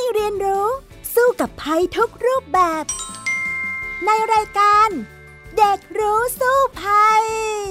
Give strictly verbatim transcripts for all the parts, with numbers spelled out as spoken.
เรียนรู้สู้กับภัยทุกรูปแบบในรายการเด็กรู้สู้ภัย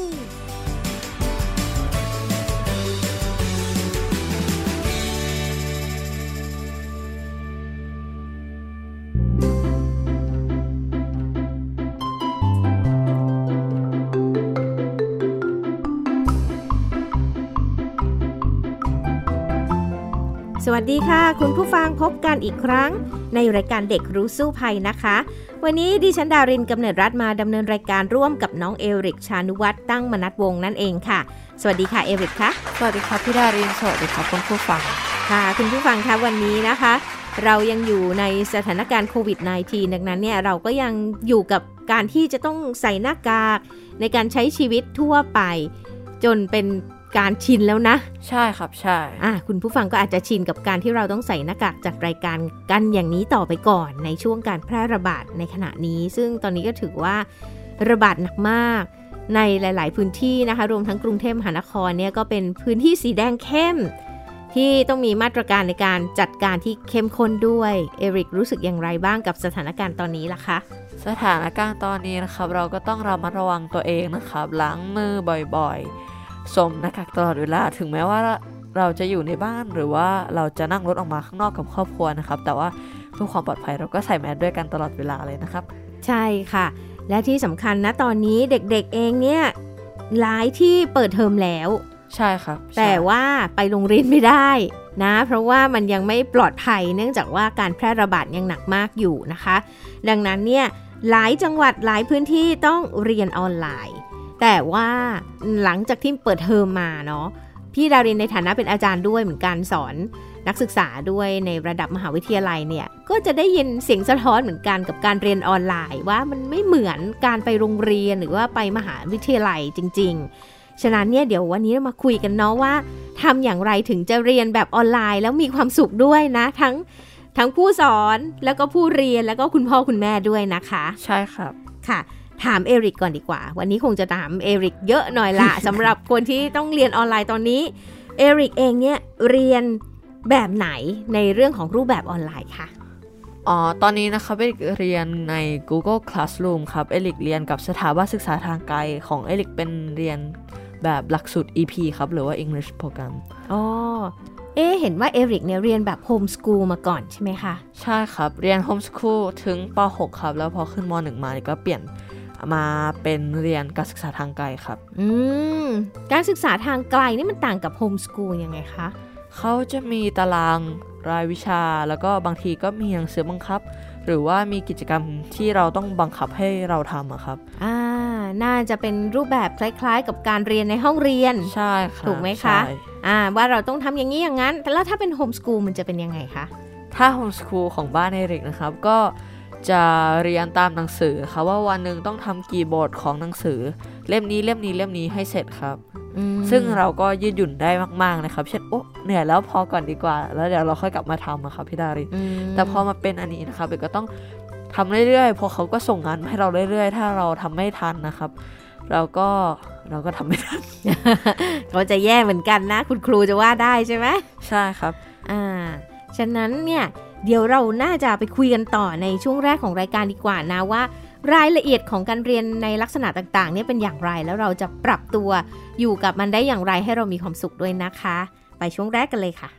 สวัสดีค่ะคุณผู้ฟังพบกันอีกครั้งในรายการเด็กรู้สู้ภัยนะคะวันนี้ดิฉันดารินกำเนิดรัตน์มาดำเนินรายการร่วมกับน้องเอริกชานุวัฒน์ตั้งมนัสวงศ์นั่นเองค่ะสวัสดีค่ะเอริกค่ะสวัสดีครับพี่ดารินสวัสดีครับคุณผู้ฟังค่ะคุณผู้ฟังคะวันนี้นะคะเรายังอยู่ในสถานการณ์โควิด สิบเก้า ดังนั้นเนี่ยเราก็ยังอยู่กับการที่จะต้องใส่หน้ากากในการใช้ชีวิตทั่วไปจนเป็นการชินแล้วนะใช่ครับใช่อ่ะคุณผู้ฟังก็อาจจะชินกับการที่เราต้องใส่หน้ากากจัดรายการกันอย่างนี้ต่อไปก่อนในช่วงการแพร่ระบาดในขณะนี้ซึ่งตอนนี้ก็ถือว่าระบาดหนักมากในหลายๆพื้นที่นะคะรวมทั้งกรุงเทพมหานครเนี่ยก็เป็นพื้นที่สีแดงเข้มที่ต้องมีมาตรการในการจัดการที่เข้มข้นด้วยเอริกรู้สึกอย่างไรบ้างกับสถานการณ์ตอนนี้ล่ะคะสถานการณ์ตอนนี้นะครับเราก็ต้องระมัดระวังตัวเองนะครับล้างมือบ่อยๆสวมหน้ากากตลอดเวลาถึงแม้ว่าเราจะอยู่ในบ้านหรือว่าเราจะนั่งรถออกมาข้างนอกกับครอบครัวนะครับแต่ว่าเพื่อความปลอดภัยเราก็ใส่แมสด้วยกันตลอดเวลาเลยนะครับใช่ค่ะและที่สำคัญนะตอนนี้เด็กๆเองเนี่ยหลายที่เปิดเทอมแล้วใช่ครับแต่ว่าไปโรงเรียนไม่ได้นะเพราะว่ามันยังไม่ปลอดภัยเนื่องจากว่าการแพร่ระบาดยังหนักมากอยู่นะคะดังนั้นเนี่ยหลายจังหวัดหลายพื้นที่ต้องเรียนออนไลน์แต่ว่าหลังจากที่เปิดเทอมมาเนาะพี่ดารินในฐานะเป็นอาจารย์ด้วยเหมือนกันสอนนักศึกษาด้วยในระดับมหาวิทยาลัยเนี่ยก็จะได้ยินเสียงสะท้อนเหมือนกันกับการเรียนออนไลน์ว่ามันไม่เหมือนการไปโรงเรียนหรือว่าไปมหาวิทยาลัยจริงๆฉะนั้นเนี่ยเดี๋ยววันนี้เรามาคุยกันเนาะว่าทำอย่างไรถึงจะเรียนแบบออนไลน์แล้วมีความสุขด้วยนะทั้งทั้งผู้สอนแล้วก็ผู้เรียนแล้วก็คุณพ่อคุณแม่ด้วยนะคะใช่ครับค่ะถามเอริกก่อนดีกว่าวันนี้คงจะถามเอริกเยอะหน่อยละ สำหรับคนที่ต้องเรียนออนไลน์ตอนนี้เอริกเองเนี่ยเรียนแบบไหนในเรื่องของรูปแบบออนไลน์คะอ๋อตอนนี้นะครับเอริกเรียนใน Google Classroom ครับเอริกเรียนกับสถาบันศึกษาทางไกลของเอริกเป็นเรียนแบบหลักสูตร อี พี ครับหรือว่า English Program อ๋อเอ๊ะเห็นว่าเอริกเนี่ยเรียนแบบโฮมสคูลมาก่อนใช่ไหมคะใช่ครับเรียนโฮมสคูลถึงป หก ครับแล้วพอขึ้นม หนึ่ง มาก็เปลี่ยนมาเป็นเรียนการศึกษาทางไกลครับอืมการศึกษาทางไกลนี่มันต่างกับโฮมสคูลยังไงคะเขาจะมีตารางรายวิชาแล้วก็บางทีก็มีหนังสือบังคับหรือว่ามีกิจกรรมที่เราต้องบังคับให้เราทำอะครับอ่าน่าจะเป็นรูปแบบคล้ายๆกับการเรียนในห้องเรียนใช่ค่ะถูกไหมคะอ่าว่าเราต้องทำอย่างนี้อย่างนั้นแล้วถ้าเป็นโฮมสคูลมันจะเป็นยังไงคะถ้าโฮมสคูลของบ้านเอริกนะครับก็จะเรียนตามหนังสือค่ะว่าวันหนึ่งต้องทำกี่บทของหนังสือเล่มนี้เล่มนี้เล่มนี้ให้เสร็จครับซึ่งเราก็ยืดหยุ่นได้มากๆนะครับเช่นโอ๊ะเหนื่อยแล้วพอก่อนดีกว่าแล้วเดี๋ยวเราค่อยกลับมาทำอะครับพี่ดารินแต่พอมาเป็นอันนี้นะครับเบก็ต้องทำเรื่อยๆพอเขาก็ส่งงานให้เราเรื่อยๆถ้าเราทำไม่ทันนะครับเราก็เราก็ทำไม่ทันก็จะแย่เหมือนกันนะคุณครูจะว่าได้ใช่ไหมใช่ครับอ่าฉะนั้นเนี่ยเดี๋ยวเราน่าจะไปคุยกันต่อในช่วงแรกของรายการดีกว่านะว่ารายละเอียดของการเรียนในลักษณะต่างๆเนี่ยเป็นอย่างไรแล้วเราจะปรับตัวอยู่กับมันได้อย่างไรให้เรามีความสุขด้วยนะคะไปช่วงแรกกันเลยค่ะ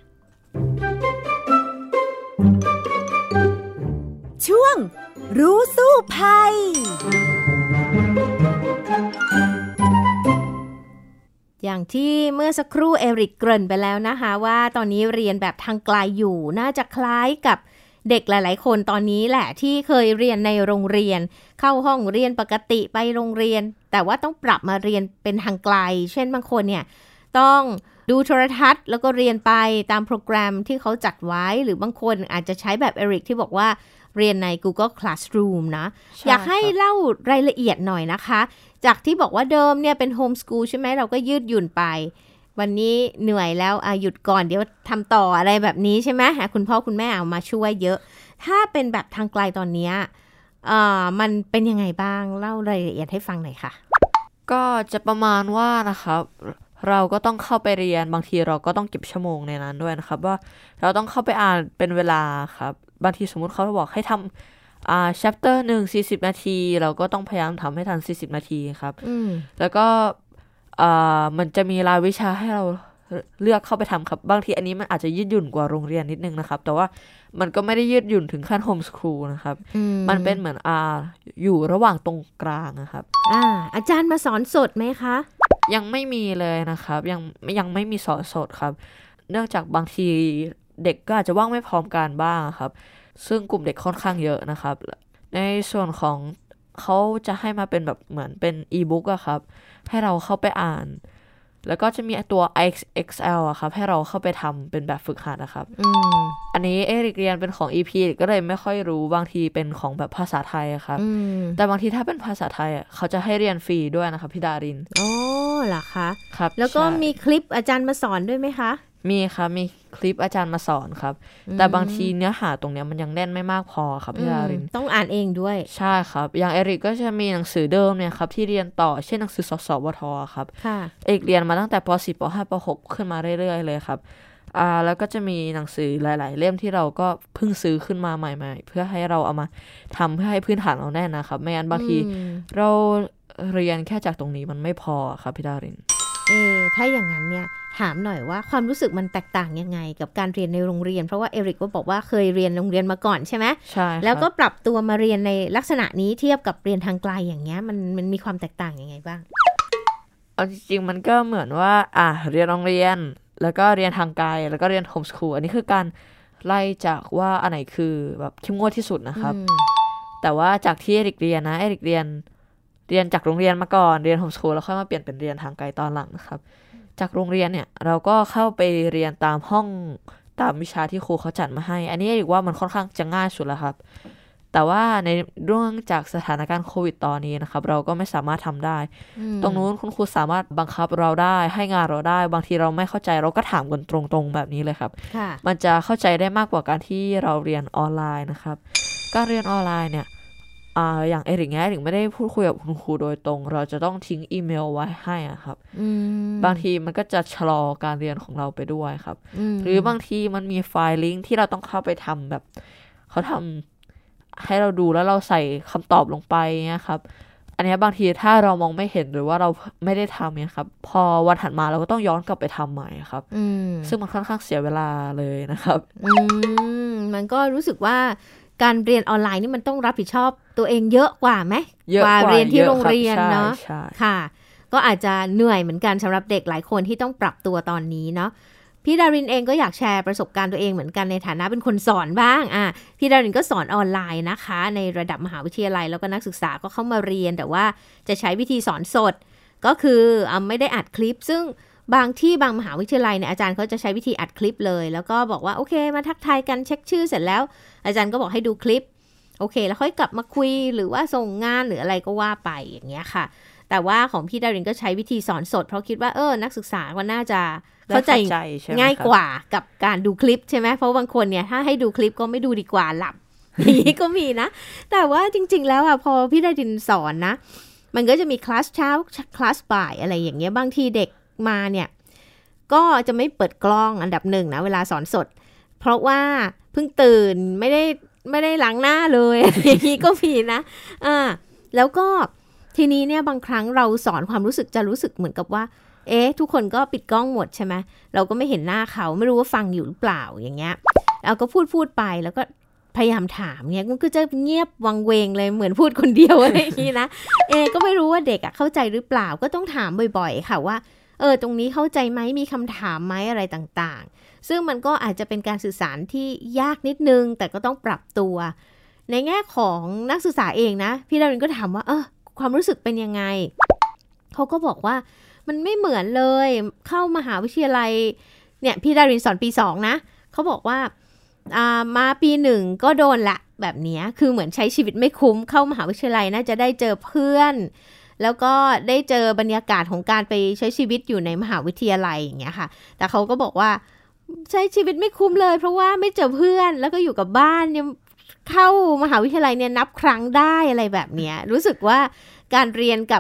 ช่วงรู้สู้ภัยอย่างที่เมื่อสักครู่เอริกเกริ่นไปแล้วนะคะว่าตอนนี้เรียนแบบทางไกลอยู่น่าจะคล้ายกับเด็กหลายๆคนตอนนี้แหละที่เคยเรียนในโรงเรียนเข้าห้องเรียนปกติไปโรงเรียนแต่ว่าต้องปรับมาเรียนเป็นทางไกลเช่นบางคนเนี่ยต้องดูโทรทัศน์แล้วก็เรียนไปตามโปรแกรมที่เขาจัดไว้หรือบางคนอาจจะใช้แบบเอริกที่บอกว่าเรียนใน Google Classroom นะอยากให้เล่ารายละเอียดหน่อยนะคะจากที่บอกว่าเดิมเนี่ยเป็นโฮมสคูลใช่ไหมเราก็ยืดหยุ่นไปวันนี้เหนื่อยแล้วอ่ะหยุดก่อนเดี๋ยวทำต่ออะไรแบบนี้ใช่ไหมคุณพ่อคุณแม่เอามาช่วยเยอะถ้าเป็นแบบทางไกลตอนนี้เอ่อมันเป็นยังไงบ้างเล่ารายละเอียดให้ฟังหน่อยค่ะก็จะประมาณว่านะครับเราก็ต้องเข้าไปเรียนบางทีเราก็ต้องเก็บชั่วโมงในนั้นด้วยนะครับว่าเราต้องเข้าไปอ่านเป็นเวลาครับบางทีสมมุติเขาบอกให้ทำอ่า chapter หนึ่ง สี่สิบนาทีเราก็ต้องพยายามทำให้ทันสี่สิบนาทีครับแล้วก็อ่ามันจะมีรายวิชาให้เราเลือกเข้าไปทำครับบางทีอันนี้มันอาจจะยืดหยุ่นกว่าโรงเรียนนิดนึงนะครับแต่ว่ามันก็ไม่ได้ยืดหยุ่นถึงขั้นโฮมสคูลนะครับมมันเป็นเหมือนอ่าอยู่ระหว่างตรงกลางนะครับอ่าอาจารย์มาสอนสดไหมคะยังไม่มีเลยนะครับยังยังไม่มีสอนสดครับเนื่องจากบางทีเด็กก็อาจจะว่างไม่พร้อมกันบ้างครับซึ่งกลุ่มเด็กค่อนข้างเยอะนะครับในส่วนของเขาจะให้มาเป็นแบบเหมือนเป็นอีบุ๊กอะครับให้เราเข้าไปอ่านแล้วก็จะมีตัว เอ็กซ์ แอล อะครับให้เราเข้าไปทำเป็นแบบฝึกหัดนะครับออันนี้เอริกเรียนเป็นของ อี พี ก็เลยไม่ค่อยรู้บางทีเป็นของแบบภาษาไทยอะครับแต่บางทีถ้าเป็นภาษาไทยอะเขาจะให้เรียนฟรีด้วยนะครับพี่ดารินอ๋อเหรอคะครับแล้วก็มีคลิปอาจารย์มาสอนด้วยไหมคะมีครับมีคลิปอาจารย์มาสอนครับแต่บางทีเนื้อหาตรงเนี้ยมันยังแน่นไม่มากพอครับพี่ดารินต้องอ่านเองด้วยใช่ครับอย่างเอริกก็จะมีหนังสือเดิมเนี่ยครับที่เรียนต่อเช่นหนังสือสสวทครับเอกเรียนมาตั้งแต่ป.สี่ ป.ห้า ป.หกขึ้นมาเรื่อยๆเลยครับอ่าแล้วก็จะมีหนังสือหลายๆเล่มที่เราก็เพิ่งซื้อขึ้นมาใหม่ๆเพื่อให้เราเอามาทำเพื่อให้พื้นฐานเราแน่นนะครับไม่งั้นบางทีเราเรียนแค่จากตรงนี้มันไม่พอครับพี่ดารินเอถ้าอย่างนั้นเนี่ยถามหน่อยว่าความรู้สึกมันแตกต่างยังไงกับการเรียนในโรงเรียนเพราะว่าเอริกก็บอกว่าเคยเรียนโรงเรียนมาก่อนใช่ไหมใช่แล้วก็ปรับตัวมาเรียนในลักษณะนี้เทียบกับเรียนทางไกลอย่างเงี้ยมันมันมีความแตกต่างยังไงบ้างเอาจริงๆมันก็เหมือนว่าอ่ะเรียนโรงเรียนแล้วก็เรียนทางไกลแล้วก็เรียนโฮมสคูลอันนี้คือการไล่จากว่าอันไหนคือแบบเข้มงวดที่สุดนะครับแต่ว่าจากที่เอริกเรียนนะเอริกเรียนเรียนจากโรงเรียนมาก่อนเรียนโฮมสคูลแล้วค่อยมาเปลี่ยนเป็นเรียนทางไกลตอนหลังนะครับจากโรงเรียนเนี่ยเราก็เข้าไปเรียนตามห้องตามวิชาที่ครูเขาจัดมาให้อันนี้เรียกว่ามันค่อนข้างจะง่ายสุดแล้วครับแต่ว่าในเรื่องจากสถานการณ์โควิดตอนนี้นะครับเราก็ไม่สามารถทำได้ตรงนู้นคุณครูสามารถบังคับเราได้ให้งานเราได้บางทีเราไม่เข้าใจเราก็ถามกันตรงๆแบบนี้เลยครับมันจะเข้าใจได้มากกว่าการที่เราเรียนออนไลน์นะครับการเรียนออนไลน์เนี่ยอ่าอย่างเอริกเนี่ยเอริกไม่ได้พูดคุยกับคุณครูโดยตรงเราจะต้องทิ้งอีเมลไว้ให้อ่ะครับบางทีมันก็จะชะลอการเรียนของเราไปด้วยครับหรือบางทีมันมีไฟล์ลิงก์ที่เราต้องเข้าไปทำแบบเขาทำให้เราดูแล้วเราใส่คำตอบลงไปเนี่ยครับอันนี้บางทีถ้าเรามองไม่เห็นหรือว่าเราไม่ได้ทำเนี่ยครับพอวันถัดมาเราก็ต้องย้อนกลับไปทำใหม่ครับซึ่งมันค่อนข้างเสียเวลาเลยนะครับมันก็รู้สึกว่าการเรียนออนไลน์นี่มันต้องรับผิดชอบตัวเองเยอะกว่าไหมกว่าเรียนที่โรงเรียนเนาะค่ะก็อาจจะเหนื่อยเหมือนกันสำหรับเด็กหลายคนที่ต้องปรับตัวตอนนี้เนาะพี่ดารินเองก็อยากแชร์ประสบการณ์ตัวเองเหมือนกันในฐานะเป็นคนสอนบ้างอ่ะพี่ดารินก็สอนออนไลน์นะคะในระดับมหาวิทยาลัยแล้วก็นักศึกษาก็เข้ามาเรียนแต่ว่าจะใช้วิธีสอนสดก็คืออ่ะไม่ได้อัดคลิปซึ่งบางที่บางมหาวิทยาลัยเนี่ยอาจารย์เขาจะใช้วิธีอัดคลิปเลยแล้วก็บอกว่าโอเคมาทักทายกันเช็คชื่อเสร็จแล้วอาจารย์ก็บอกให้ดูคลิปโอเคแล้วค่อยกลับมาคุยหรือว่าส่งงานหรืออะไรก็ว่าไปอย่างเงี้ยค่ะแต่ว่าของพี่ดารินก็ใช้วิธีสอนสดเพราะคิดว่าเออนักศึกษาก็น่าจะเข้าใจง่ายกว่ากับการดูคลิปใช่ไหมเพราะบางคนเนี่ยถ้าให้ดูคลิปก็ไม่ดูดีกว่าหลับนี่ก็มีนะแต่ว่าจริงๆแล้วอ่ะพอพี่ดารินสอนนะมันก็จะมีคลาสเช้าคลาสบ่ายอะไรอย่างเงี้ยบางทีเด็กมาเนี่ยก็จะไม่เปิดกล้องอันดับหนึ่งนะเวลาสอนสดเพราะว่าเพิ่งตื่นไม่ได้ไม่ได้ล้างหน้าเลยอย่างนี้ก็มีนะอ่าแล้วก็ทีนี้เนี่ยบางครั้งเราสอนความรู้สึกจะรู้สึกเหมือนกับว่าเอ๊ะทุกคนก็ปิดกล้องหมดใช่ไหมเราก็ไม่เห็นหน้าเขาไม่รู้ว่าฟังอยู่หรือเปล่าอย่างเงี้ยเราก็พูดพูดไปแล้วก็พยายามถามเงี้ยมันก็จะเงียบวังเวงเลยเหมือนพูดคนเดียวอะไรอย่างนี้นะเอ๊ะก็ไม่รู้ว่าเด็กอ่ะเข้าใจหรือเปล่าก็ต้องถามบ่อยๆค่ะว่าเออตรงนี้เข้าใจไหมมีคำถามไหมอะไรต่างๆซึ่งมันก็อาจจะเป็นการสื่อสารที่ยากนิดนึงแต่ก็ต้องปรับตัวในแง่ของนักศึกษาเองนะพี่ดารินก็ถามว่าเออความรู้สึกเป็นยังไงเขาก็บอกว่ามันไม่เหมือนเลยเข้ามหาวิทยาลัยเนี่ยพี่ดารินสอนปีสองนะเขาบอกว่าอ่ามาปีหนึ่งก็โดนละแบบนี้คือเหมือนใช้ชีวิตไม่คุ้มเข้ามหาวิทยาลัยน่าจะได้เจอเพื่อนแล้วก็ได้เจอบรรยากาศของการไปใช้ชีวิตอยู่ในมหาวิทยาลัยอย่างเงี้ยค่ะแต่เขาก็บอกว่าใช้ชีวิตไม่คุ้มเลยเพราะว่าไม่เจอเพื่อนแล้วก็อยู่กับบ้านเนี่ยเข้ามหาวิทยาลัยเนี่ยนับครั้งได้อะไรแบบเนี้ยรู้สึกว่าการเรียนกับ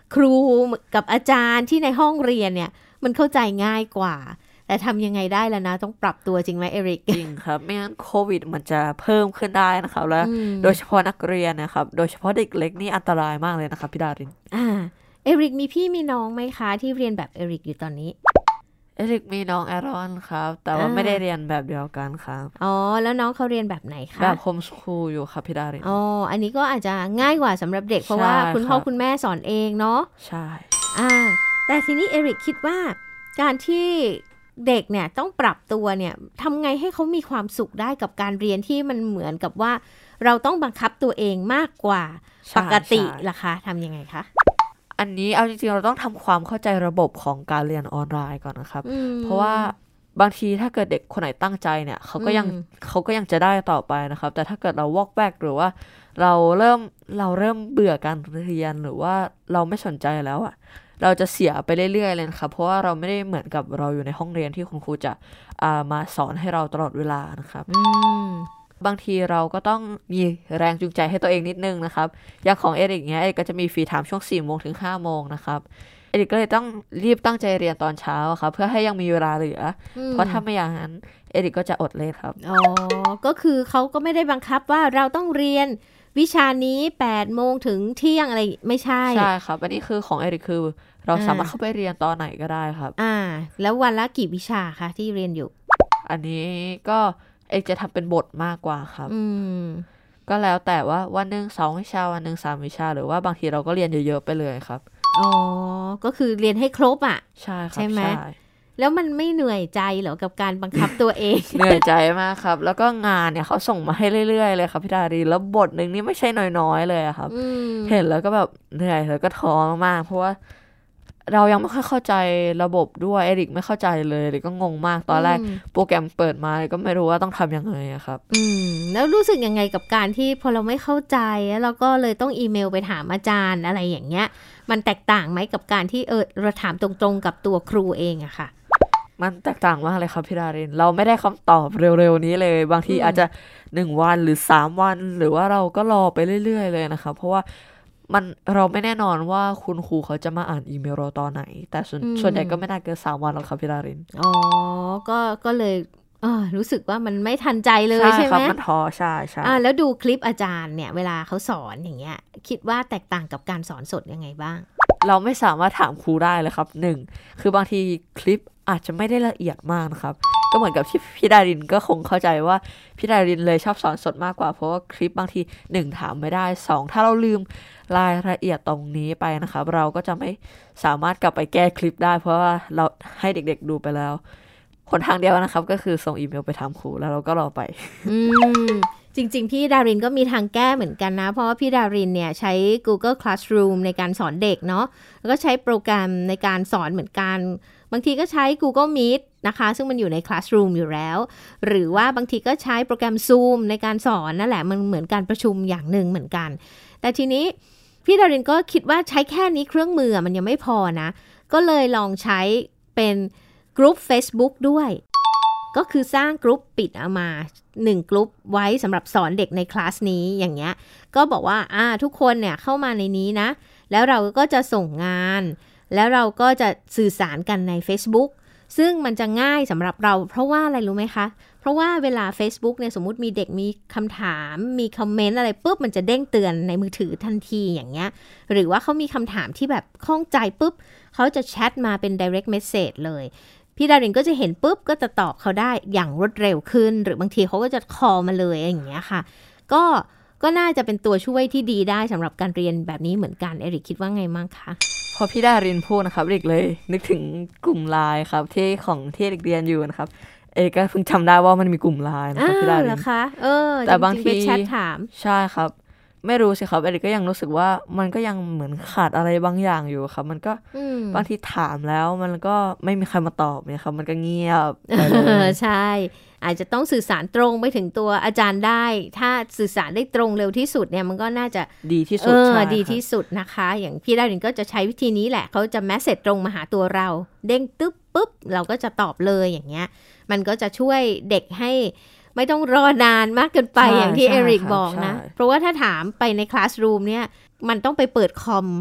ครูกับอาจารย์ที่ในห้องเรียนเนี่ยมันเข้าใจง่ายกว่าแต่ทำยังไงได้แล้วนะต้องปรับตัวจริงไหมเอริกจริงครับไม่งั้นโควิดมันจะเพิ่มขึ้นได้นะครับแล้วโดยเฉพาะนักเรียนนะครับโดยเฉพาะเด็กเล็กนี่อันตรายมากเลยนะครับพี่ดารินอ่าเอริกมีพี่มีน้องไหมคะที่เรียนแบบเอริกอยู่ตอนนี้เอริกมีน้องแอรอนครับแต่ว่าไม่ได้เรียนแบบเดียวกันครับอ๋อแล้วน้องเขาเรียนแบบไหนคะแบบโฮมสคูลอยู่ครับพี่ดารินอ๋ออันนี้ก็อาจจะง่ายกว่าสำหรับเด็กเพราะว่าคุณพ่อคุณแม่สอนเองเนาะใช่อ่าแต่ทีนี้เอริกคิดว่าการที่เด็กเนี่ยต้องปรับตัวเนี่ยทำไงให้เขามีความสุขได้กับการเรียนที่มันเหมือนกับว่าเราต้องบังคับตัวเองมากกว่าปกติล่ะคะทำยังไงคะอันนี้เอาจริงๆเราต้องทำความเข้าใจระบบของการเรียนออนไลน์ก่อนนะครับเพราะว่าบางทีถ้าเกิดเด็กคนไหนตั้งใจเนี่ยเขาก็ยังเขาก็ยังจะได้ต่อไปนะครับแต่ถ้าเกิดเราวอกแวกหรือว่าเราเริ่มเราเริ่มเบื่อการเรียนหรือว่าเราไม่สนใจแล้วอ่ะเราจะเสียไปเรื่อยๆเลยนะครับเพราะว่าเราไม่ได้เหมือนกับเราอยู่ในห้องเรียนที่คุณครูจะามาสอนให้เราตลอดเวลานะครับบางทีเราก็ต้องมีแรงจูงใจให้ตัวเองนิดนึงนะครับอย่างของเอริกเนี้ยเอริกก็จะมีฟรีไทม์ช่วงสี่โมงถึงห้าโมงนะครับเอริกก็เลยต้องรีบตั้งใจเรียนตอนเช้าครับเพื่อให้ยังมีเวลาเหลือเพราะถ้าไม่อย่างนั้นเอริกก็จะอดเลยครับอ๋อก็คือเขาก็ไม่ได้บังคับว่าเราต้องเรียนวิชานี้แปดโมงถึงเที่ยงอะไรไม่ใช่ใช่ครับอันนี้คือของเอริกคือเราสามารถเข้าไปเรียนตอนไหนก็ได้ครับอ่าแล้ววันละกี่วิชาคะที่เรียนอยู่อันนี้ก็เอกจะทำเป็นบทมากกว่าครับอืมก็แล้วแต่ว่าวันนึงสองวิชาวันนึงสามวิชาหรือว่าบางทีเราก็เรียนเยอะๆไปเลยครับอ๋อก็คือเรียนให้ครบอ่ะใช่ครับใช่ไหมแล้วมันไม่เหนื่อยใจเหรอกับการบังคับตัวเองเหนื่อยใจมากครับแล้วก็งานเนี่ยเขาส่งมาให้เรื่อยๆเลยครับพี่ดารีแล้วบทนึงนี่ไม่ใช่น้อยๆเลยครับเห็นแล้วก็แบบเหนื่อยแล้วก็ท้อมากเพราะว่าเรายังไม่ค่อยเข้าใจระบบด้วยเอริกไม่เข้าใจเลยเอริกก็งงมากตอนแรกโปรแกรมเปิดมาก็ไม่รู้ว่าต้องทำยังไงครับอืมแล้วรู้สึกยังไงกับการที่พอเราไม่เข้าใจแล้วเราก็เลยต้องอีเมลไปถามอาจารย์อะไรอย่างเงี้ยมันแตกต่างไหมกับการที่เออเราถามตรงๆกับตัวครูเองอะค่ะมันแตกต่างมากเลยครับพี่ดารินเราไม่ได้คำตอบเร็วๆนี้เลยบางทีอาจจะหนึ่งวันหรือสามวันหรือว่าเราก็รอไปเรื่อยๆเลยนะครับเพราะว่ามันเราไม่แน่นอนว่าคุณครูเขาจะมาอ่านอีเมลเราตอนไหนแต่ส่วนส่วนใหญ่ก็ไม่น่าเกินสามวันหรอกครับพี่ดารินอ๋อก็ก็เลยรู้สึกว่ามันไม่ทันใจเลยใช่ไหมใช่ครับมันท้อใช่ใช่แล้วดูคลิปอาจารย์เนี่ยเวลาเขาสอนอย่างเงี้ยคิดว่าแตกต่างกับการสอนสดยังไงบ้างเราไม่สามารถถามครูได้เลยครับหนึ่งคือบางทีคลิปอาจจะไม่ได้ละเอียดมากนะครับก็เหมือนกับที่พี่ดารินก็คงเข้าใจว่าพี่ดารินเลยชอบสอนสดมากกว่าเพราะว่าคลิปบางทีหนึ่งถามไม่ได้สองถ้าเราลืมรายละเอียดตรงนี้ไปนะครับเราก็จะไม่สามารถกลับไปแก้คลิปได้เพราะว่าเราให้เด็กๆดูไปแล้วหนทางเดียวนะครับก็คือส่งอีเมลไปถามครูแล้วเราก็รอไปอืมจริงๆพี่ดารินก็มีทางแก้เหมือนกันนะเพราะว่าพี่ดารินเนี่ยใช้ Google Classroom ในการสอนเด็กเนาะแล้วก็ใช้โปรแกรมในการสอนเหมือนกันบางทีก็ใช้ Google Meet นะคะซึ่งมันอยู่ใน Classroom อยู่แล้วหรือว่าบางทีก็ใช้โปรแกรม Zoom ในการสอนนั่นแหละมันเหมือนการประชุมอย่างหนึ่งเหมือนกันแต่ทีนี้พี่ดารินก็คิดว่าใช้แค่นี้เครื่องมือมันยังไม่พอนะก็เลยลองใช้เป็นกลุ่ม Facebook ด้วยก็คือสร้างกลุ่มปิดเอามาหนึ่งกลุ่มไว้สำหรับสอนเด็กในคลาสนี้อย่างเงี้ยก็บอกว่าอ่าทุกคนเนี่ยเข้ามาในนี้นะแล้วเราก็จะส่งงานแล้วเราก็จะสื่อสารกันใน Facebook ซึ่งมันจะง่ายสำหรับเราเพราะว่าอะไรรู้ไหมคะเพราะว่าเวลา Facebook เนี่ยสมมุติมีเด็กมีคำถามมีคอมเมนต์อะไรปุ๊บมันจะเด้งเตือนในมือถือทันทีอย่างเงี้ยหรือว่าเขามีคำถามที่แบบข้องใจปุ๊บเขาจะแชทมาเป็น direct message เลยพี่ดารินก็จะเห็นปุ๊บก็จะตอบเขาได้อย่างรวดเร็วขึ้นหรือบางทีเขาก็จะคอลมาเลยอย่างเงี้ยค่ะก็ก็น่าจะเป็นตัวช่วยที่ดีได้สำหรับการเรียนแบบนี้เหมือนกันเอริกคิดว่าไงมั่งคะพอพี่ดารินพูดนะครับเอริกเลยนึกถึงกลุ่มไลน์ครับที่ของที่เอริกเรียนอยู่นะครับเอริกก็เพิ่งจำได้ว่ามันมีกลุ่มไลน์นะครับพี่ดารินนะคะเออแต่บางทีแชทถามใช่ครับไม่รู้สิครับเอริกก็ยังรู้สึกว่ามันก็ยังเหมือนขาดอะไรบางอย่างอยู่ครับมันก็บางทีถามแล้วมันก็ไม่มีใครมาตอบเนี่ยครับมันก็เงียบใช่อาจจะต้องสื่อสารตรงไปถึงตัวอาจารย์ได้ถ้าสื่อสารได้ตรงเร็วที่สุดเนี่ยมันก็น่าจะดีที่สุดใช่ดีที่สุดนะคะอย่างพี่ดารินก็จะใช้วิธีนี้แหละเขาจะแมสเสจตรงมาหาตัวเราเด้งตึ๊บปุ๊บเราก็จะตอบเลยอย่างเงี้ยมันก็จะช่วยเด็กให้ไม่ต้องรอนานมากเกินไปอย่างที่เอริกบอกนะเพราะว่าถ้าถามไปในคลาสรูมเนี่ยมันต้องไปเปิดคอม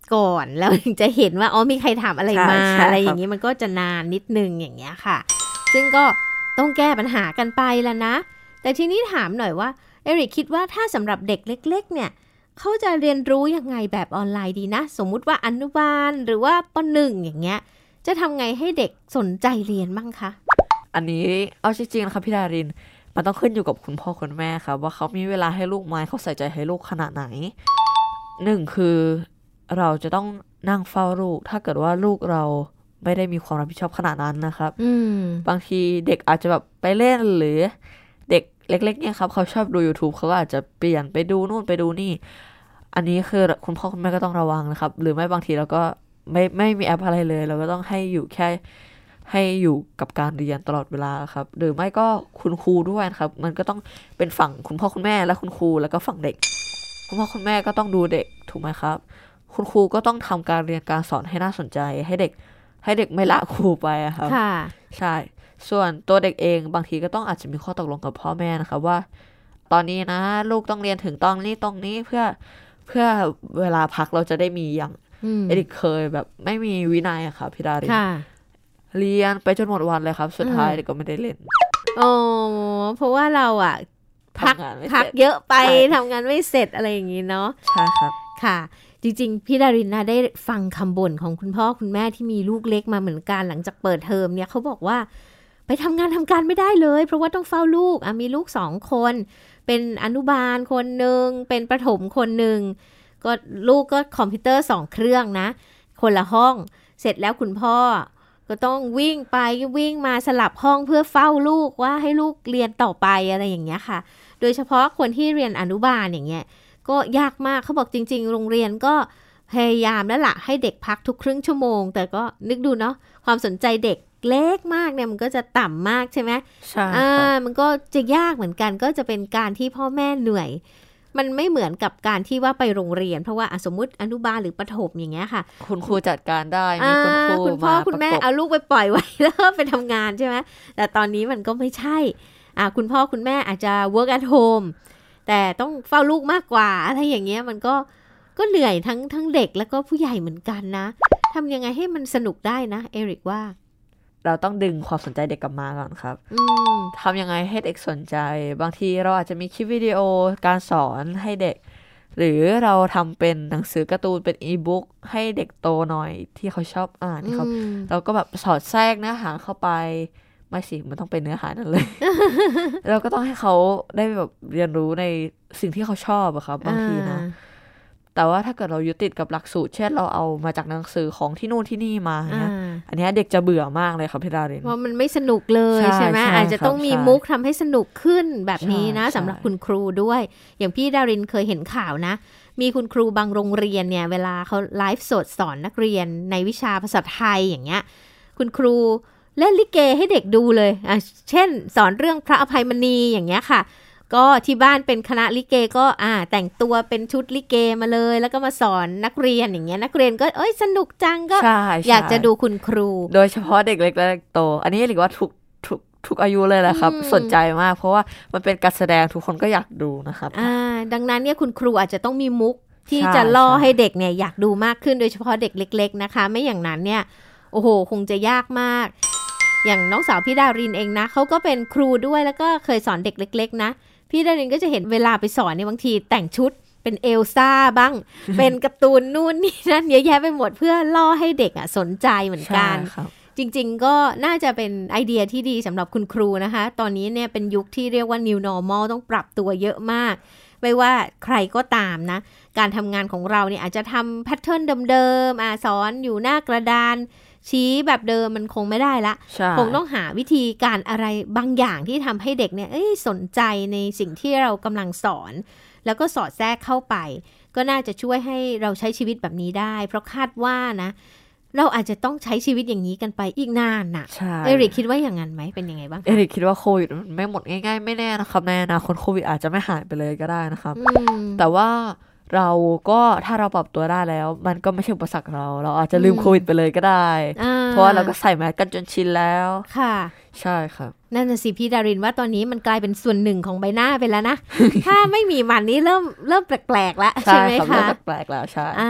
ก่อนแล้วถึงจะเห็นว่าอ๋อมีใครถามอะไรมาอะไรอย่างนี้มันก็จะนานนิดนึงอย่างเงี้ยค่ะซึ่งก็ต้องแก้ปัญหากันไปแล้วนะแต่ทีนี้ถามหน่อยว่าเอริกคิดว่าถ้าสำหรับเด็กเล็กๆเนี่ยเขาจะเรียนรู้ยังไงแบบออนไลน์ดีนะสมมุติว่าอนุบาลหรือว่าป.หนึ่ง อย่างเงี้ยจะทำไงให้เด็กสนใจเรียนบ้างคะอันนี้เอาจริงๆนะคะพี่ดารินมันต้องขึ้นอยู่กับคุณพ่อคุณแม่ครับว่าเขามีเวลาให้ลูกไหมเขาใส่ใจให้ลูกขนาดไหนหนึ่งคือเราจะต้องนั่งเฝ้าลูกถ้าเกิดว่าลูกเราไม่ได้มีความรับผิดชอบขนาดนั้นนะครับบางทีเด็กอาจจะแบบไปเล่นหรือเด็กเล็กๆเนี่ยครับเขาชอบดู YouTube เขาก็อาจจะเปลี่ยนไปดูนู่นไปดูนี่อันนี้คือคุณพ่อคุณแม่ก็ต้องระวังนะครับหรือไม่บางทีเราก็ไม่ไม่มีแอปอะไรเลยเราก็ต้องให้อยู่แค่ให้อยู่กับการเรียนตลอดเวลาครับหรือไม่ก็คุณครูด้วยครับมันก็ต้องเป็นฝั่งคุณพ่อคุณแม่และคุณครูแล้วก็ฝั่งเด็กคุณพ่อคุณแม่ก็ต้องดูเด็กถูกไหมครับคุณครูก็ต้องทำการเรียนการสอนให้น่าสนใจให้เด็กให้เด็กไม่ละครูไปครับค่ะใช่ส่วนตัวเด็กเองบางทีก็ต้องอาจจะมีข้อตกลงกับพ่อแม่นะครับว่าตอนนี้นะลูกต้องเรียนถึงตอนนี้ตรงนี้เพื่อเพื่อเวลาพักเราจะได้มีอย่างเอริกเคยแบบไม่มีวินัยอะค่ะพี่ดารินเรียนไปจนหมดวันเลยครับสุดท้ายเด็กก็ไม่ได้เล่นอ๋อเพราะว่าเราอะพักพักเยอะไปทำงานไม่เสร็จอะไรอย่างนี้เนาะใช่ครับค่ะจริงๆพี่ดารินนะได้ฟังคำบ่นของคุณพ่อคุณแม่ที่มีลูกเล็กมาเหมือนกันหลังจากเปิดเทอมเนี่ยเขาบอกว่าไปทำงานทำการไม่ได้เลยเพราะว่าต้องเฝ้าลูกอ่ะมีลูกสองคนเป็นอนุบาลคนหนึ่งเป็นประถมคนหนึ่งก็ลูกก็คอมพิวเตอร์สองเครื่องนะคนละห้องเสร็จแล้วคุณพ่อก็ต้องวิ่งไปวิ่งมาสลับห้องเพื่อเฝ้าลูกว่าให้ลูกเรียนต่อไปอะไรอย่างเงี้ยค่ะโดยเฉพาะคนที่เรียนอนุบาลอย่างเงี้ยก็ยากมากเขาบอกจริงๆโรงเรียนก็พยายามแล้วล่ะให้เด็กพักทุกครึ่งชั่วโมงแต่ก็นึกดูเนาะความสนใจเด็กเล็กมากเนี่ยมันก็จะต่ำมากใช่ไหมใช่อ่ามันก็จะยากเหมือนกันก็จะเป็นการที่พ่อแม่เหนื่อยมันไม่เหมือนกับการที่ว่าไปโรงเรียนเพราะว่าสมมุติอนุบาลหรือประถมอย่างเงี้ยค่ะคุณครูจัดการได้มีคุณครูคุณพ่อคุณแม่เอาลูกไปปล่อยไว้แล้วไปทำงานใช่ไหมแต่ตอนนี้มันก็ไม่ใช่อ่าคุณพ่อคุณแม่อาจจะ work at home แต่ต้องเฝ้าลูกมากกว่าอะไรอย่างเงี้ยมันก็ก็เหนื่อยทั้งทั้งเด็กแล้วก็ผู้ใหญ่เหมือนกันนะทำยังไงให้มันสนุกได้นะเอริกว่าเราต้องดึงความสนใจเด็กกลับมาก่อนครับทำยังไงให้เด็กสนใจบางทีเราอาจจะมีคลิปวิดีโอการสอนให้เด็กหรือเราทำเป็นหนังสือการ์ตูนเป็นอีบุ๊กให้เด็กโตหน่อยที่เขาชอบอ่านครับเราก็แบบสอดแทรกเนื้อหาเข้าไปไม่สิมันต้องเป็นเนื้อหานั่นเลย เราก็ต้องให้เขาได้แบบเรียนรู้ในสิ่งที่เขาชอบอะครับบางทีนะแต่ว่าถ้าเกิดเรายึดติดกับหลักสูตรเช่นเราเอามาจากหนังสือของที่นู่นที่นี่มาเนี่ยอันนี้เด็กจะเบื่อมากเลยครับพี่ดารินเพราะมันไม่สนุกเลยใช่ไหมอาจจะต้องมีมุกทำให้สนุกขึ้นแบบนี้นะสำหรับคุณครูด้วยอย่างพี่ดารินเคยเห็นข่าวนะมีคุณครูบางโรงเรียนเนี่ยเวลาเขาไลฟ์สดสอนนักเรียนในวิชาภาษาไทยอย่างเงี้ยคุณครูเล่นลิเกให้เด็กดูเลยอ่ะเช่นสอนเรื่องพระอภัยมณีอย่างเงี้ยค่ะก็ที่บ้านเป็นคณะลิเกก็อ่าแต่งตัวเป็นชุดลิเกมาเลยแล้วก็มาสอนนักเรียนอย่างเงี้ยนักเรียนก็เอ้ยสนุกจังก็อยากจะดูคุณครูโดยเฉพาะเด็กเล็กและโตอันนี้เรียกว่าทุกทุกทุกอายุเลยแหละครับสนใจมากเพราะว่ามันเป็นการแสดงทุกคนก็อยากดูนะครับอ่าดังนั้นเนี่ยคุณครูอาจจะต้องมีมุกที่จะล่อให้เด็กเนี่ยอยากดูมากขึ้นโดยเฉพาะเด็กเล็กๆนะคะไม่อย่างนั้นเนี่ยโอ้โหคงจะยากมากอย่างน้องสาวพี่ดารินเองนะเขาก็เป็นครูด้วยแล้วก็เคยสอนเด็กเล็กๆนะพี่ดารินก็จะเห็นเวลาไปสอนเนี่ยบางทีแต่งชุดเป็นเอลซ่าบ้าง เป็นการ์ตูนนู่นนี่นั่นเยอะแยะไปหมดเพื่อล่อให้เด็กอ่ะสนใจเหมือนกันจริงๆก็น่าจะเป็นไอเดียที่ดีสำหรับคุณครูนะคะตอนนี้เนี่ยเป็นยุคที่เรียกว่า new normal ต้องปรับตัวเยอะมากไม่ว่าใครก็ตามนะการทำงานของเราเนี่ยอาจจะทำแพทเทิร์นเดิมๆอ่ะสอนอยู่หน้ากระดานชี้แบบเดิมมันคงไม่ได้ละคงต้องหาวิธีการอะไรบางอย่างที่ทำให้เด็กเนี่ยสนใจในสิ่งที่เรากำลังสอนแล้วก็สอดแทรกเข้าไปก็น่าจะช่วยให้เราใช้ชีวิตแบบนี้ได้เพราะคาดว่านะเราอาจจะต้องใช้ชีวิตอย่างนี้กันไปอีกนานน่ะเอริกคิดว่าอย่างนั้นไหมเป็นยังไงบ้างเอริกคิดว่าโควิดมันไม่หมดง่ายๆไม่แน่นะครับในอนาคตโควิดอาจจะไม่หายไปเลยก็ได้นะครับแต่ว่าเราก็ถ้าเราปรับตัวได้แล้วมันก็ไม่ใช่อุปสรรคเราเราอาจจะลืมโควิดไปเลยก็ได้เพราะว่าเราก็ใส่แมสกันจนชินแล้วค่ะใช่ครับนั่นน่ะสิพี่ดารินว่าตอนนี้มันกลายเป็นส่วนหนึ่งของใบหน้าไปแล้วนะ ถ้าไม่มีมันนี้เริ่มเริ่มแปลกๆแล้วใช่ไหมคะเริ่มแปลกๆแล้วใช่อ่า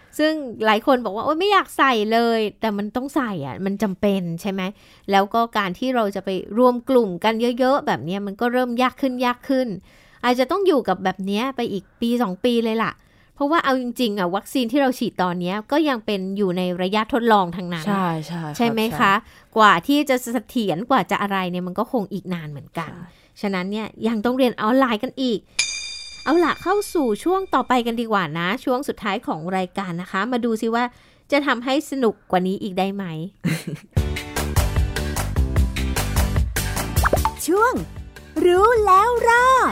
ซึ่งหลายคนบอกว่าโอ๊ยไม่อยากใส่เลยแต่มันต้องใส่อ่ะมันจำเป็นใช่ไหมแล้วก็การที่เราจะไปรวมกลุ่มกันเยอะๆแบบนี้มันก็เริ่มยากขึ้นยากขึ้นอาจจะต้องอยู่กับแบบนี้ไปอีกปีสองปีเลยล่ะเพราะว่าเอาจริงๆอ่ะวัคซีนที่เราฉีดตอนนี้ก็ยังเป็นอยู่ในระยะทดลองทั้งนั้นใช่ใช่ใช่ไหมคะกว่าที่จะเสถียรกว่าจะอะไรเนี่ยมันก็คงอีกนานเหมือนกันฉะนั้นเนี่ยยังต้องเรียนออนไลน์กันอีกเอาล่ะเข้าสู่ช่วงต่อไปกันดีกว่านะช่วงสุดท้ายของรายการนะคะมาดูซิว่าจะทำให้สนุกกว่านี้อีกได้ไหมช่วงรู้แล้วรอด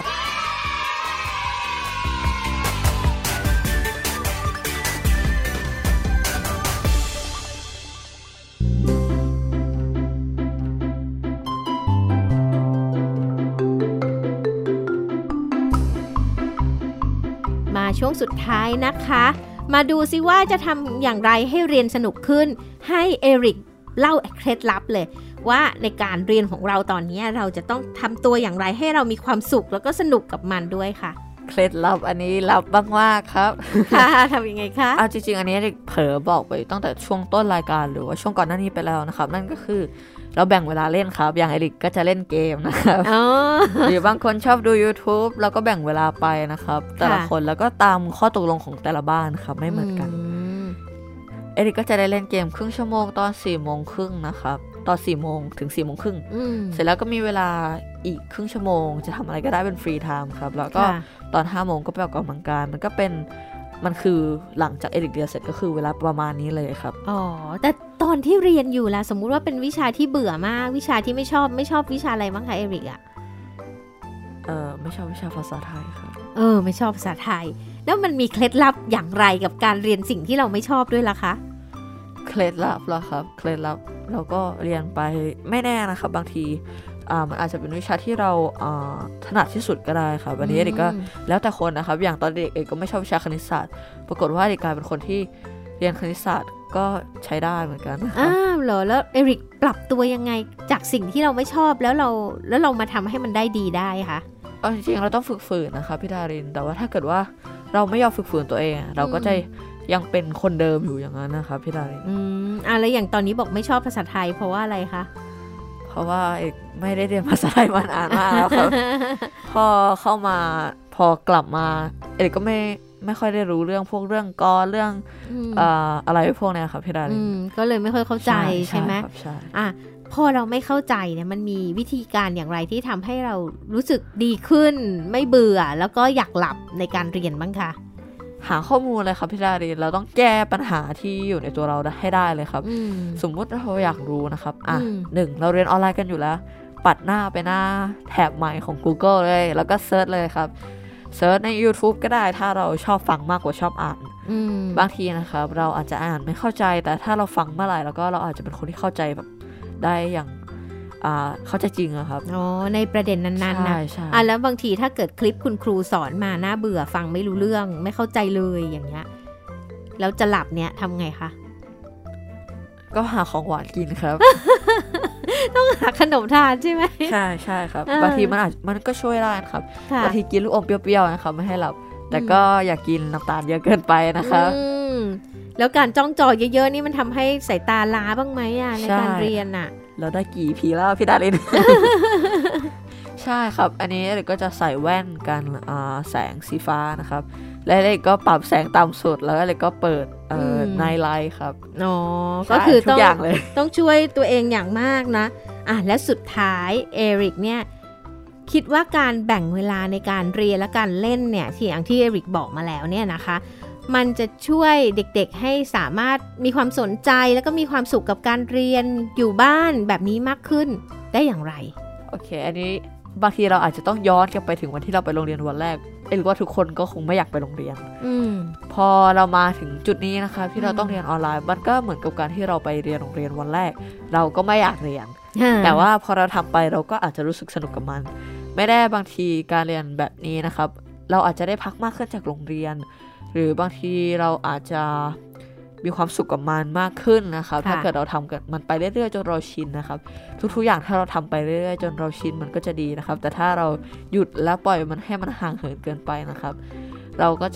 ช่วงสุดท้ายนะคะมาดูซิว่าจะทำอย่างไรให้เรียนสนุกขึ้นให้เอริกเล่าเคล็ดลับเลยว่าในการเรียนของเราตอนนี้เราจะต้องทำตัวอย่างไรให้เรามีความสุขแล้วก็สนุกกับมันด้วยค่ะเคล็ดลับอันนี้ลับมากๆครับค่ะทำยังไงคะเอาจริงๆอันนี้เด็กเผลอบอกไปตั้งแต่ช่วงต้นรายการหรือว่าช่วงก่อนหน้านี้ไปแล้วนะครับนั่นก็คือเราแบ่งเวลาเล่นครับอย่างเอริกก็จะเล่นเกมนะครับหรือบางคนชอบดู YouTube แล้วก็แบ่งเวลาไปนะครับแต่ละคนแล้วก็ตามข้อตกลงของแต่ละบ้านครับไม่เหมือนกันเอริกก็จะได้เล่นเกมครึ่งชั่วโมงตอนสี่โมงครึ่งนะครับตอนสี่โมงถึงสี่โมงครึ่งเสร็จแล้วก็มีเวลาอีกครึ่งชั่วโมงจะทำอะไรก็ได้เป็นฟรีไทม์ครับแล้วก็ตอนห้าโมงก็ไปออกกำลังกายมันก็เป็นมันคือหลังจากเอริกเรียนเสร็จก็คือเวลาประมาณนี้เลยครับอ๋อแต่ตอนที่เรียนอยู่ล่ะสมมุติว่าเป็นวิชาที่เบื่อมากวิชาที่ไม่ชอบไม่ชอบวิชาอะไรบ้างคะเอริกอ่ะเออไม่ชอบวิชาภาษาไทยครับเออไม่ชอบภาษาไทยแล้วมันมีเคล็ดลับอย่างไรกับการเรียนสิ่งที่เราไม่ชอบด้วยล่ะคะเคล็ดลับเหรอครับเคล็ดลับเราก็เรียนไปไม่แน่นะครับบางทีอ่ามันอาจจะเป็นวิชาที่เราอ่าถนัดที่สุดก็ได้ครับวันนี้เด็กก็แล้วแต่คนนะครับอย่างตอนเด็กเอกก็ไม่ชอบวิชาคณิตศาสตร์ปรากฏว่าเด็กกลายเป็นคนที่เรียนคณิตศาสตร์ก็ใช้ได้เหมือนกันอ้าวเหรอแล้วเอริกปรับตัวยังไงจากสิ่งที่เราไม่ชอบแล้วเราแล้วเรามาทำให้มันได้ดีได้คะเอาจริงๆเราต้องฝึกฝืนนะคะพี่ดารินแต่ว่าถ้าเกิดว่าเราไม่ยอมฝึกฝืนตัวเองเราก็จะยังเป็นคนเดิมอยู่อย่างนั้นนะคะพี่ดารินอืมอ่ะแล้วอย่างตอนนี้บอกไม่ชอบภาษาไทยเพราะว่าอะไรคะเพราะว่าเอกไม่ได้เรียนภาษาไทยมานานมากแล้วครับ พอเข้ามาพอกลับมาเอกก็ไม่ไม่ค่อยได้รู้เรื่องพวกเรื่องกอเรื่องอ่าอะไรพวกนี้ครับพี่ดารินก็เลยไม่ค่อยเข้าใจใช่ไหมใช่อ่ะพอเราไม่เข้าใจเนี่ยมันมีวิธีการอย่างไรที่ทำให้เรารู้สึกดีขึ้นไม่เบื่อแล้วก็อยากหลับในการเรียนบ้างคะหาข้อมูลเลยครับพี่ดารินเราต้องแก้ปัญหาที่อยู่ในตัวเราให้ได้เลยครับสมมุติเราอยากรู้นะครับอ่ะหนึ่งเราเรียนออนไลน์กันอยู่แล้วปัดหน้าไปหน้าแถบใหม่ของ Google เลยแล้วก็เซิร์ชเลยครับเซิร์ชใน YouTube ก็ได้ถ้าเราชอบฟังมากกว่าชอบอ่านบางทีนะครับเราอาจจะอ่านไม่เข้าใจแต่ถ้าเราฟังเมื่อไหร่แล้วก็เราอาจจะเป็นคนที่เข้าใจแบบได้อย่างเข้าใจจริงอะครับอ๋อในประเด็นนั้นๆนะอ่ะแล้วบางทีถ้าเกิดคลิปคุณครูสอนมาน่าเบื่อฟังไม่รู้เรื่องไม่เข้าใจเลยอย่างเงี้ยแล้วจะหลับเนี่ยทำไงคะก็หาของหวานกินครับต้องหาขนมทานใช่ไหมใช่ใช่ครับบางทีมันอาจมันก็ช่วยได้ครับบางทีกินลูกอมเปรี้ยวๆนะครับไม่ให้หลับแต่ก็อย่ากินน้ำตาลเยอะเกินไปนะครับแล้วการจ้องจอเยอะๆนี่มันทำให้สายตาล้าบ้างไหมอ่ะในการเรียนอ่ะเราได้กี่พีแล้วพี่ดาริน ใช่ครับอันนี้เด็กก็จะใส่แว่นกันแสงสีฟ้านะครับแล้วเด็กก็ปรับแสงต่ำสุดแล้วเด็กก็เปิดไนท์ไลท์ครับอ๋อก็คือต้องต้องช่วยตัวเองอย่างมากนะอ่ะและสุดท้ายเอริกเนี่ยคิดว่าการแบ่งเวลาในการเรียนและการเล่นเนี่ยที่อย่างที่เอริกบอกมาแล้วเนี่ยนะคะมันจะช่วยเด็กๆให้สามารถมีความสนใจแล้วก็มีความสุขกับการเรียนอยู่บ้านแบบนี้มากขึ้นได้อย่างไรโอเคอันนี้บางทีเราอาจจะต้องย้อนกลับไปถึงวันที่เราไปโรงเรียนวันแรกเอ็นว่าทุกคนก็คงไม่อยากไปโรงเรียนอพอเรามาถึงจุดนี้นะคะที่เราต้องเรียนออนไลน์มันก็เหมือนกับการที่เราไปเรียนโรงเรียนวันแรกเราก็ไม่อยากเรียนแต่ว่าพอเราทำไปเราก็อาจจะรู้สึกสนุกกับมันไม่ได้บางทีการเรียนแบบนี้นะครับเราอาจจะได้พักมากขึ้นจากโรงเรียนหรือบางทีเราอาจจะมีความสุขกับมันมากขึ้นนะครับถ้าเกิดเราทำกับมันไปเรื่อยๆจนเราชินนะครับทุกๆอย่างถ้าเราทำไปเรื่อยๆจนเราชินมันก็จะดีนะครับแต่ถ้าเราหยุดแล้วปล่อยมันให้มันห่างเหินเกินไปนะครับเราก็จะ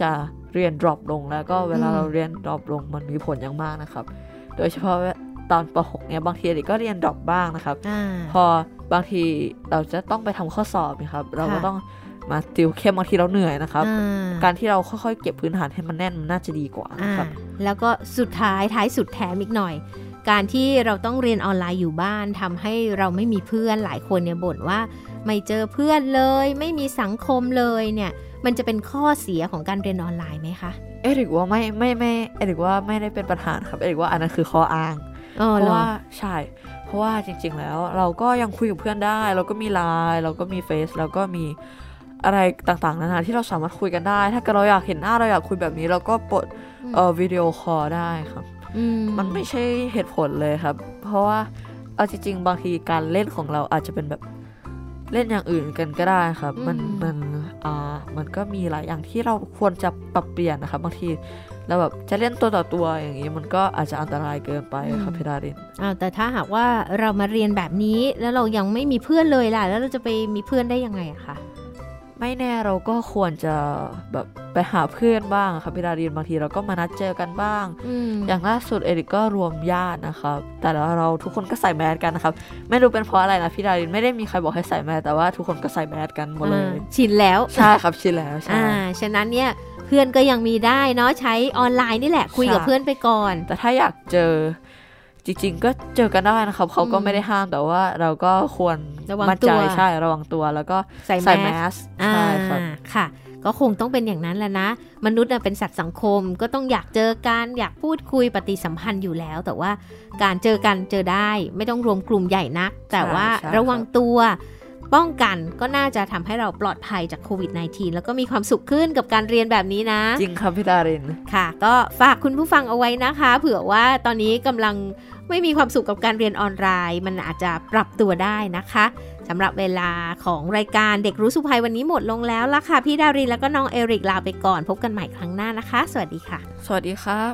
เรียน drop ลงแล้วก็เวลาเราเรียน drop ลงมันมีผลอย่างมากนะครับโดยเฉพาะตอนป หก เนี่ยบางทีเด็กก็เรียน drop บ้างนะครับพอบางทีเราจะต้องไปทำข้อสอบนะครับเราก็ต้องมาติวเข้มบางทีเราเหนื่อยนะครับการที่เราค่อยๆเก็บพื้นฐานให้มันแน่นมันน่าจะดีกว่านะครับแล้วก็สุดท้ายท้ายสุดแถมอีกหน่อยการที่เราต้องเรียนออนไลน์อยู่บ้านทำให้เราไม่มีเพื่อนหลายคนเนี่ยบ่นว่าไม่เจอเพื่อนเลยไม่มีสังคมเลยเนี่ยมันจะเป็นข้อเสียของการเรียนออนไลน์ไหมคะเอริกว่าไม่ไม่ไม่เอริกว่าไม่ได้เป็นปัญหาครับเอริกว่าอันนั้นคือข้ออ้างเพราะว่าใช่เพราะว่าจริงๆแล้วเราก็ยังคุยกับเพื่อนได้เราก็มีไลน์เราก็มีเฟซเราก็มีอะไรต่างๆนานาที่เราสามารถคุยกันได้ถ้าเกิดเราอยากเห็นหน้าเราอยากคุยแบบนี้เราก็ปลดเอ่อวิดีโอคอลได้ครับมันไม่ใช่เหตุผลเลยครับเพราะว่าเอาจริงๆบางทีการเล่นของเราอาจจะเป็นแบบเล่นอย่างอื่นกันก็ได้ครับมันมันอ่ามันก็มีหลายอย่างที่เราควรจะปรับเปลี่ยนนะครับบางทีเราแบบจะเล่นตัวต่อตัวอย่างนี้มันก็อาจจะอันตรายเกินไปครับพี่ดารินอ้าวแต่ถ้าหากว่าเรามาเรียนแบบนี้แล้วเรายังไม่มีเพื่อนเลยล่ะแล้วเราจะไปมีเพื่อนได้ยังไงอะคะไม่แน่เราก็ควรจะแบบไปหาเพื่อนบ้างครับพี่ดารินบางทีเราก็มานัดเจอกันบ้าง อ, อย่างล่าสุดเอริกก็รวมญาตินะครับแต่แล้วเราทุกคนก็ใส่แมสกันนะครับไม่รู้เป็นเพราะอะไรนะพี่ดารินไม่ได้มีใครบอกให้ใส่แมสแต่ว่าทุกคนก็ใส่แมสกันหมดเลยชินแล้วใช่ครับชินแล้วใช่ฉะนั้นเนี่ยเพื่อนก็ยังมีได้เนาะใช้ออนไลน์นี่แหละคุยกับเพื่อนไปก่อนแต่ถ้าอยากเจอจริงๆก็เจอกันได้นะครับเขาก็ไม่ได้ห้ามแต่ว่าเราก็ควรมั่นใจใช่ระวังตัวแล้วก็ใส่แมสใช่ครับค่ะก็คงต้องเป็นอย่างนั้นแหละนะมนุษย์เป็นสัตว์สังคมก็ต้องอยากเจอกันอยากพูดคุยปฏิสัมพันธ์อยู่แล้วแต่ว่าการเจอกันเจอได้ไม่ต้องรวมกลุ่มใหญ่นักแต่ว่าระวังตัวป้องกันก็น่าจะทำให้เราปลอดภัยจากโควิด สิบเก้า แล้วก็มีความสุขขึ้นกับการเรียนแบบนี้นะจริงครับพี่ดารินค่ะก็ฝากคุณผู้ฟังเอาไว้นะคะเผื่อว่าตอนนี้กำลังไม่มีความสุขกับการเรียนออนไลน์มันอาจจะปรับตัวได้นะคะสำหรับเวลาของรายการเด็กรู้สุภัยวันนี้หมดลงแล้วล่ะค่ะพี่ดารินแล้วก็น้องเอริกลาไปก่อนพบกันใหม่ครั้งหน้านะคะสวัสดีค่ะสวัสดีครับ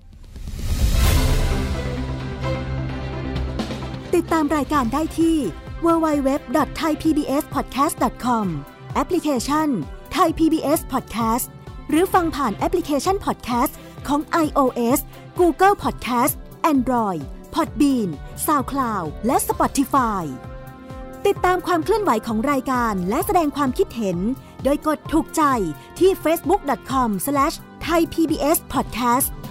ติดตามรายการได้ที่ ดับเบิลยู ดับเบิลยู ดับเบิลยู ดอท ไทย พี บี เอส พอดแคสต์ ดอท คอม แอปพลิเคชัน Thai พี บี เอส Podcast หรือฟังผ่านแอปพลิเคชัน Podcast ของ iOS Google Podcast Android Podbean SoundCloud และ Spotify ติดตามความเคลื่อนไหวของรายการและแสดงความคิดเห็นโดยกดถูกใจที่ เฟซบุ๊ก ดอท คอม สแลช ไทย พี บี เอส พอดแคสต์